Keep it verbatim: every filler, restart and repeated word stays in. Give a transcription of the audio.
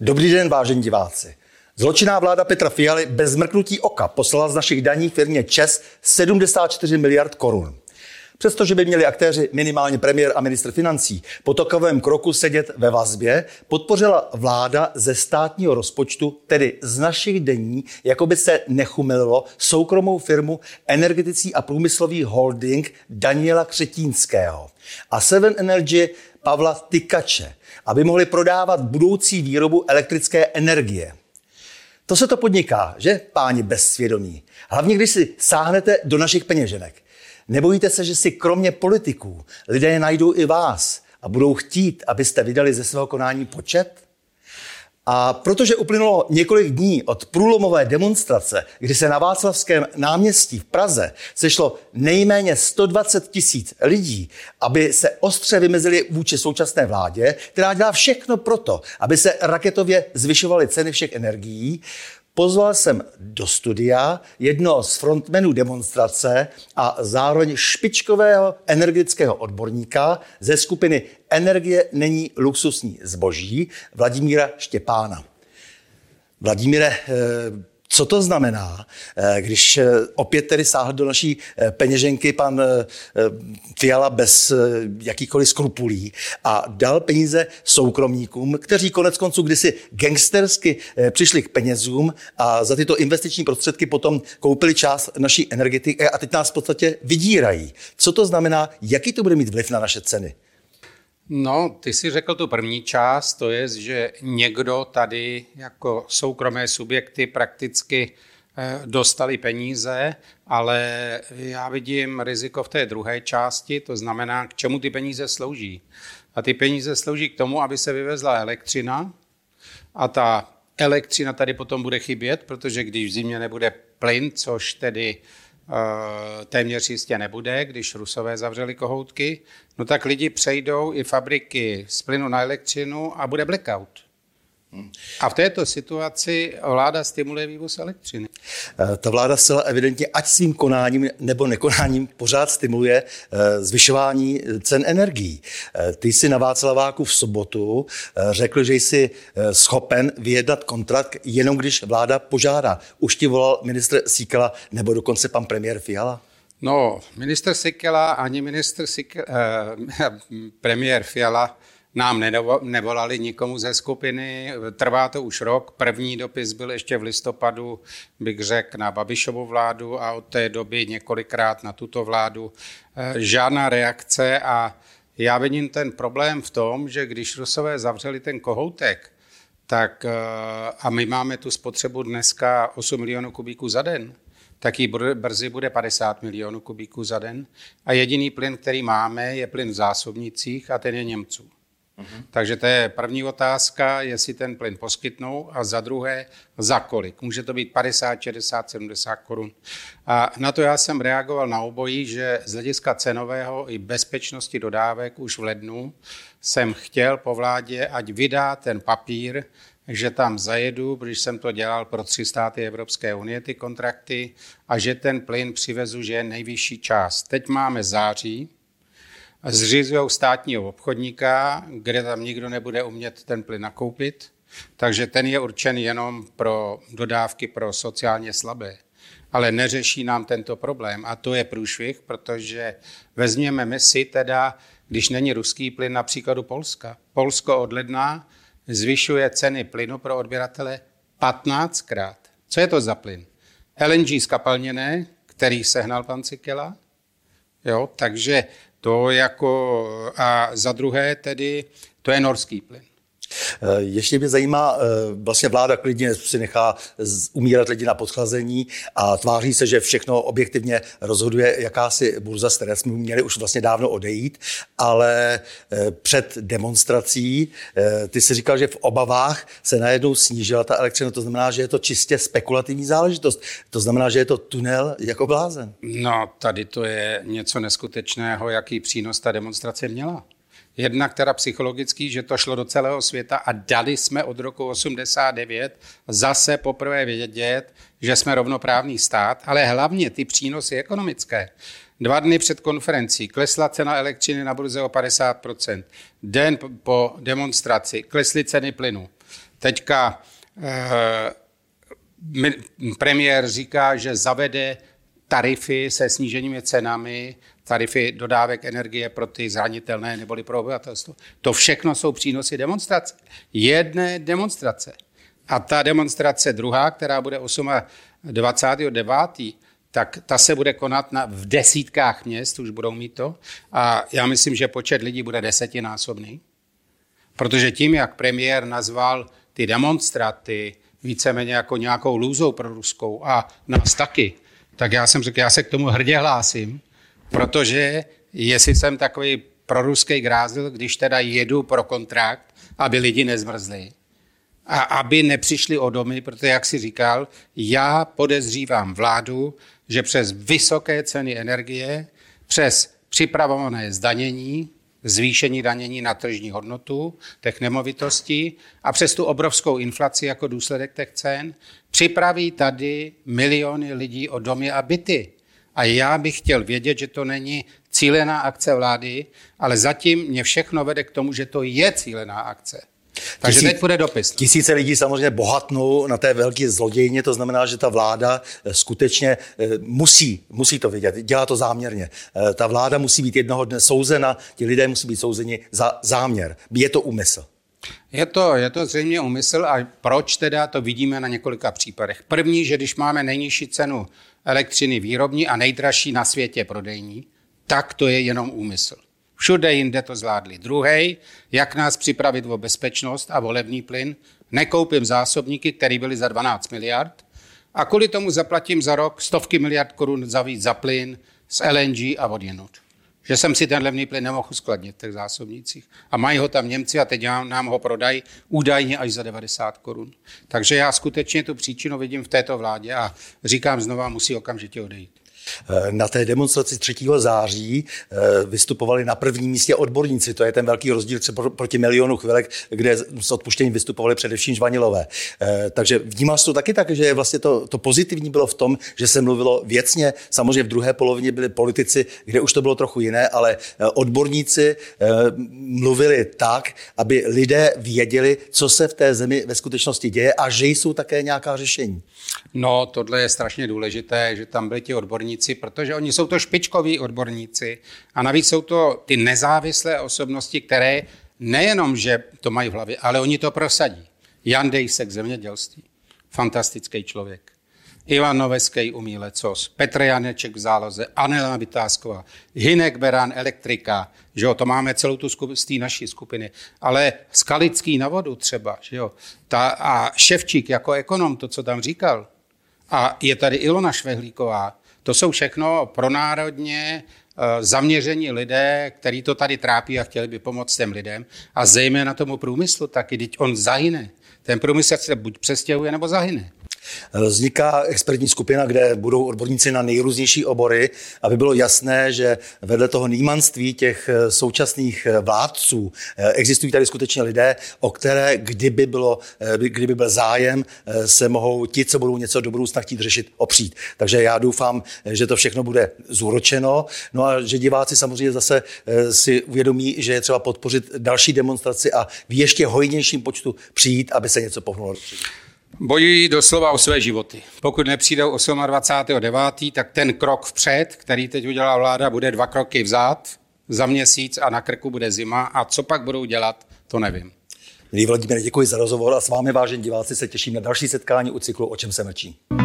Dobrý den, vážení diváci. Zločinná vláda Petra Fialy bez mrknutí oka poslala z našich daní firmě ČEZ sedmdesát čtyři miliard korun. Přestože by měli aktéři, minimálně premiér a ministr financí, po takovém kroku sedět ve vazbě, podpořila vláda ze státního rozpočtu, tedy z našich daní, jako by se nechumililo, soukromou firmu Energetický a průmyslový holding Daniela Křetínského a Seven Energy Pavla Tykače, aby mohli prodávat budoucí výrobu elektrické energie. To se to podniká, že, páni bezsvědomí? Hlavně, když si sáhnete do našich peněženek. Nebojíte se, že si kromě politiků lidé najdou i vás a budou chtít, abyste vydali ze svého konání počet? A protože uplynulo několik dní od průlomové demonstrace, kdy se na Václavském náměstí v Praze sešlo nejméně sto dvacet tisíc lidí, aby se ostře vymezili vůči současné vládě, která dělá všechno proto, aby se raketově zvyšovaly ceny všech energií, pozval jsem do studia jednoho z frontmenů demonstrace a zároveň špičkového energetického odborníka ze skupiny Energie není luxusní zboží, Vladimíra Štěpána. Vladimíre, co to znamená, když opět tedy sáhl do naší peněženky pan Fiala bez jakýchkoliv skrupulí a dal peníze soukromníkům, kteří konec konců kdysi gangstersky přišli k penězům a za tyto investiční prostředky potom koupili část naší energetiky a teď nás v podstatě vydírají. Co to znamená, jaký to bude mít vliv na naše ceny? No, ty jsi řekl tu první část, to je, že někdo tady jako soukromé subjekty prakticky dostali peníze, ale já vidím riziko v té druhé části, to znamená, k čemu ty peníze slouží. A ty peníze slouží k tomu, aby se vyvezla elektřina a ta elektřina tady potom bude chybět, protože když v zimě nebude plyn, což tedy téměř jistě nebude, když Rusové zavřeli kohoutky, no tak lidi přejdou i fabriky z plynu na elektřinu a bude blackout. A v této situaci vláda stimuluje vývoz elektřiny. Ta vláda zcela evidentně, ať svým konáním nebo nekonáním, pořád stimuluje zvyšování cen energií. Ty jsi na Václaváku v sobotu řekl, že jsi schopen vyjednat kontrakt, jenom když vláda požádá. Už ti volal ministr Síkela nebo dokonce pan premiér Fiala? No, ministr Síkela ani ministr Síkela, eh, premiér Fiala nám nevolali nikomu ze skupiny, trvá to už rok. První dopis byl ještě v listopadu, bych řekl, na Babišovu vládu a od té doby několikrát na tuto vládu. Žádná reakce a já vidím ten problém v tom, že když Rusové zavřeli ten kohoutek, tak a my máme tu spotřebu dneska osm milionů kubíků za den, tak jí brzy bude padesát milionů kubíků za den a jediný plyn, který máme, je plyn v zásobnicích a ten je Němců. Uhum. Takže to je první otázka, jestli ten plyn poskytnou a za druhé, za kolik. Může to být padesát, šedesát, sedmdesát korun. A na to já jsem reagoval na obojí, že z hlediska cenového i bezpečnosti dodávek už v lednu jsem chtěl po vládě, ať vydá ten papír, že tam zajedu, když jsem to dělal pro tři státy Evropské unie, ty kontrakty, a že ten plyn přivezu, že je nejvyšší část. Teď máme září, zřizují státního obchodníka, kde tam nikdo nebude umět ten plyn nakoupit, takže ten je určen jenom pro dodávky pro sociálně slabé. Ale neřeší nám tento problém a to je průšvih, protože vezměme si teda, když není ruský plyn, například u Polska. Polsko od ledna zvyšuje ceny plynu pro odběratele patnáctkrát. Co je to za plyn? L N G skapalněné, který sehnal pan Síkela, jo, takže to jako, a za druhé tedy, to je norský plyn. Ještě mě zajímá, vlastně vláda klidně si nechá umírat lidi na podchlazení a tváří se, že všechno objektivně rozhoduje jakási burza, z které jsme měli už vlastně dávno odejít, ale před demonstrací ty si říkal, že v obavách se najednou snížila ta elektřina, to znamená, že je to čistě spekulativní záležitost, to znamená, že je to tunel jako blázen. No, tady to je něco neskutečného, jaký přínos ta demonstrace měla. Jednak teda psychologický, že to šlo do celého světa a dali jsme od roku osmdesát devět zase poprvé vědět, že jsme rovnoprávný stát, ale hlavně ty přínosy ekonomické. Dva dny před konferencí klesla cena elektřiny na burze o padesát procent. Den po demonstraci klesly ceny plynu. Teďka eh, premiér říká, že zavede tarify se sníženými cenami, tarify dodávek energie pro ty zranitelné neboli pro obyvatelstvo. To všechno jsou přínosy demonstrace. Jedné demonstrace. A ta demonstrace druhá, která bude dvacátého devátého tak ta se bude konat na, v desítkách měst, už budou mít to. A já myslím, že počet lidí bude desetinásobný. Protože tím, jak premiér nazval ty demonstraty víceméně jako nějakou lůzou pro ruskou a nás taky, tak já jsem řekl, já se k tomu hrdě hlásím, protože jestli jsem takový proruský grázl, když teda jedu pro kontrakt, aby lidi nezmrzli a aby nepřišli o domy, protože, jak si říkal, já podezřívám vládu, že přes vysoké ceny energie, přes připravované zdanění, zvýšení danění na tržní hodnotu těch nemovitostí a přes tu obrovskou inflaci jako důsledek těch cen připraví tady miliony lidí o domy a byty. A já bych chtěl vědět, že to není cílená akce vlády, ale zatím mě všechno vede k tomu, že to je cílená akce. Takže Tisíc, teď bude dopis. Tisíce lidí samozřejmě bohatnou na té velké zlodějně, to znamená, že ta vláda skutečně musí, musí to vidět, dělá to záměrně. Ta vláda musí být jednoho dne souzena, ti lidé musí být souzeni za záměr. Je to úmysl. Je to, je to zřejmě úmysl a proč teda to vidíme na několika případech. První, že když máme nejnižší cenu elektřiny výrobní a nejdražší na světě prodejní, tak to je jenom úmysl. Všude jinde to zvládli. Druhý, jak nás připravit o bezpečnost a o levný plyn. Nekoupím zásobníky, které byly za dvanáct miliard a kvůli tomu zaplatím za rok stovky miliard korun za víc za plyn z L N G a odjinud. Že jsem si ten levný plyn nemohl uskladnit v těch zásobnících. A mají ho tam Němci a teď nám ho prodají údajně až za devadesát korun. Takže já skutečně tu příčinu vidím v této vládě a říkám znova, musí okamžitě odejít. Na té demonstraci třetího září vystupovali na prvním místě odborníci. To je ten velký rozdíl třeba proti Milionu chvilek, kde s odpuštěním vystupovali především žvanilové. Takže vnímáš to taky tak, že vlastně to, to pozitivní bylo v tom, že se mluvilo věcně. Samozřejmě v druhé polovině byli politici, kde už to bylo trochu jiné, ale odborníci mluvili tak, aby lidé věděli, co se v té zemi ve skutečnosti děje a že jsou také nějaká řešení. No, tohle je strašně důležité, že tam byli ti odborníci, protože oni jsou to špičkoví odborníci a navíc jsou to ty nezávislé osobnosti, které nejenom, že to mají v hlavě, ale oni to prosadí. Jan Dejsek, zemědělství, fantastický člověk. Ivan Noveský, umělecos, Petr Janeček v záloze, Anela Vytázková, Hinek Beran, elektrika, že jo, to máme celou tu skup, z té naší skupiny, ale Skalický na vodu třeba, že jo, ta, a Ševčík jako ekonom, to, co tam říkal, a je tady Ilona Švehlíková, to jsou všechno pronárodně uh, zaměření lidé, který to tady trápí a chtěli by pomoct těm lidem a zejména tomu průmyslu taky, když on zahyne. Ten průmysl se buď přestěhuje, nebo zahyne. Vzniká expertní skupina, kde budou odborníci na nejrůznější obory, aby bylo jasné, že vedle toho nýmanství těch současných vládců existují tady skutečně lidé, o které, kdyby, bylo, kdyby byl zájem, se mohou ti, co budou něco do budoucna chtít řešit, opřít. Takže já doufám, že to všechno bude zúročeno. No a že diváci samozřejmě zase si uvědomí, že je třeba podpořit další demonstraci a v ještě hojnějším počtu přijít, aby se něco pohnulo dopředu. Bojují doslova o své životy. Pokud nepřijdou dvacátého devátého tak ten krok vpřed, který teď udělala vláda, bude dva kroky vzad za měsíc a na krku bude zima. A co pak budou dělat, to nevím. Milí Vladimíre, děkuji za rozhovor a s vámi, vážení diváci, se těším na další setkání u cyklu O čem se mlčí.